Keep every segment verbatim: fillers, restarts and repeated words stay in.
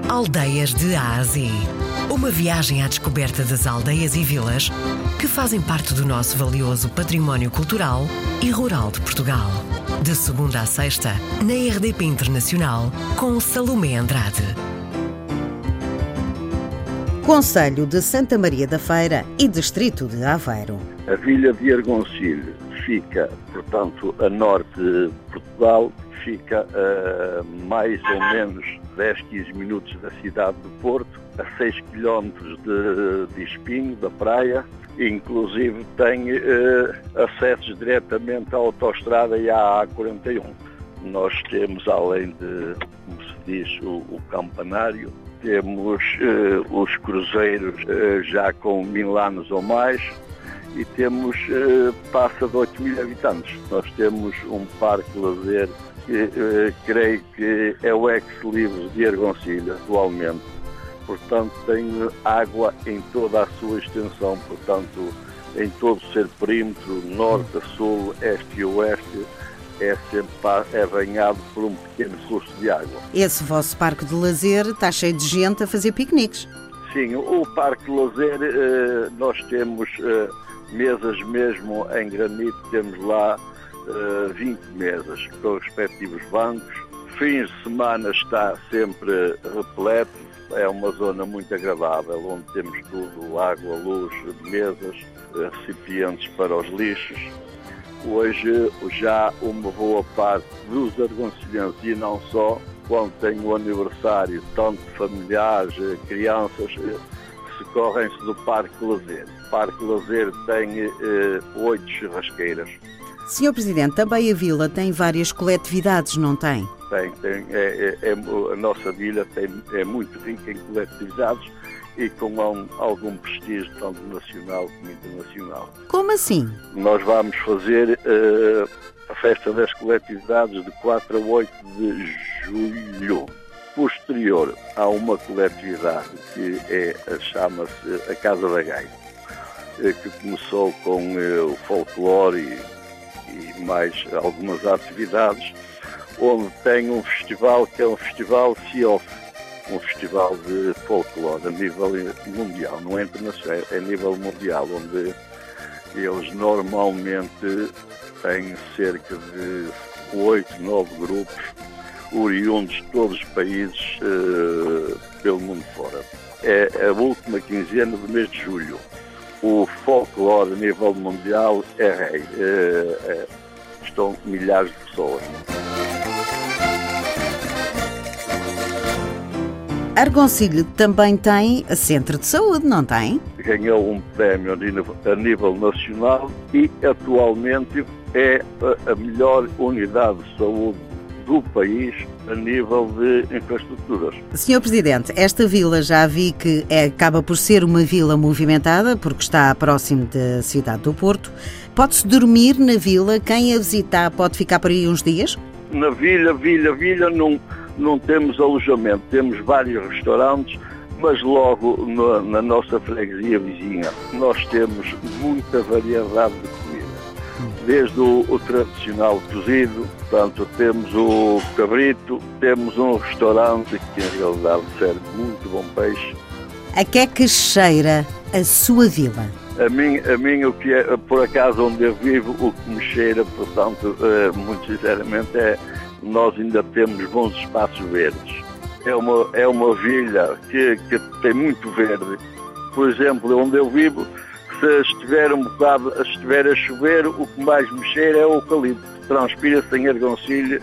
Aldeias de A a Z. Uma viagem à descoberta das aldeias e vilas que fazem parte do nosso valioso património cultural e rural de Portugal. De segunda a sexta, na R D P Internacional, com Salomé Andrade. Concelho de Santa Maria da Feira e Distrito de Aveiro. A Vila de Argoncilho fica, portanto, a norte de Portugal, fica a mais ou menos dez, quinze minutos da cidade do Porto, a seis quilómetros de, de Espinho, da praia. Inclusive tem eh, acessos diretamente à autoestrada e à A quarenta e um. Nós temos, além de, como se diz, o, o campanário, temos eh, os cruzeiros eh, já com mil anos ou mais e temos, eh, passa de oito mil habitantes. Nós temos um parque de lazer que eh, creio que é o ex-libris de Argoncilho atualmente. Portanto, tem água em toda a sua extensão, portanto, em todo o seu perímetro, norte a sul, este e oeste, é sempre é banhado por um pequeno curso de água. Esse vosso parque de lazer está cheio de gente a fazer piqueniques. Sim, o parque de lazer, nós temos mesas mesmo em granito, temos lá vinte mesas com os respectivos bancos. Fins de semana está sempre repleto. É uma zona muito agradável, onde temos tudo, água, luz, mesas, recipientes para os lixos. Hoje já uma boa parte dos argoncilhenses, e não só, quando tem o aniversário, tanto de familiares, crianças, socorrem-se do Parque Lazer. O Parque Lazer tem eh, oito churrasqueiras. senhor Presidente, também a vila tem várias coletividades, não tem? Tem, tem. É, é, é, a nossa vila tem, é muito rica em coletividades e com um, algum prestígio, tanto nacional como internacional. Como assim? Nós vamos fazer uh, a Festa das Coletividades de quatro a oito de julho. Posterior, há uma coletividade que é, chama-se a Casa da Gaita, que começou com uh, o folclore e, e mais algumas atividades, onde tem um festival que é um festival C I O F, um festival de folclore a nível mundial, não é internacional, é a nível mundial, onde eles normalmente têm cerca de oito, nove grupos, oriundos de todos os países uh, pelo mundo fora. É a última quinzena do mês de julho. O folclore a nível mundial é rei. Uh, é, estão milhares de pessoas. Argoncilho também tem centro de saúde, não tem? Ganhou um prémio a nível nacional e atualmente é a melhor unidade de saúde do país a nível de infraestruturas. senhor Presidente, esta vila já vi que é, acaba por ser uma vila movimentada, porque está próximo da cidade do Porto. Pode-se dormir na vila? Quem a visitar pode ficar por aí uns dias? Na vila, vila, vila não, não temos alojamento. Temos vários restaurantes, mas logo na, na nossa freguesia vizinha nós temos muita variedade de comida. Desde o, o tradicional cozido, portanto, temos o cabrito, temos um restaurante que em realidade serve muito bom peixe. A que é que cheira a sua vila? A mim, a mim o que é, por acaso onde eu vivo, o que me cheira, portanto, uh, muito sinceramente, é nós ainda temos bons espaços verdes. É uma, é uma vila que, que tem muito verde. Por exemplo, onde eu vivo, se estiver um bocado, se estiver a chover, o que mais me cheira é o eucalipto. Transpira-se em Argoncilho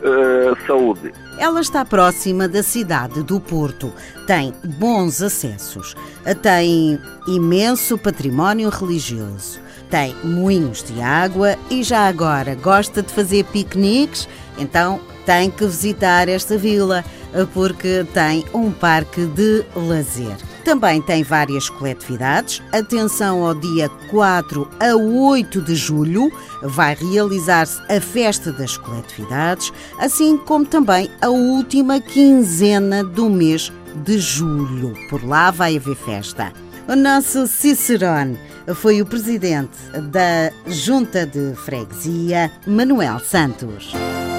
uh, saúde. Ela está próxima da cidade do Porto, tem bons acessos, tem imenso património religioso, tem moinhos de água e já agora gosta de fazer piqueniques, então tem que visitar esta vila porque tem um parque de lazer. Também tem várias coletividades. Atenção, ao dia quatro a oito de julho vai realizar-se a Festa das Coletividades, assim como também a última quinzena do mês de julho. Por lá vai haver festa. O nosso Cicerone foi o presidente da Junta de Freguesia, Manuel Santos.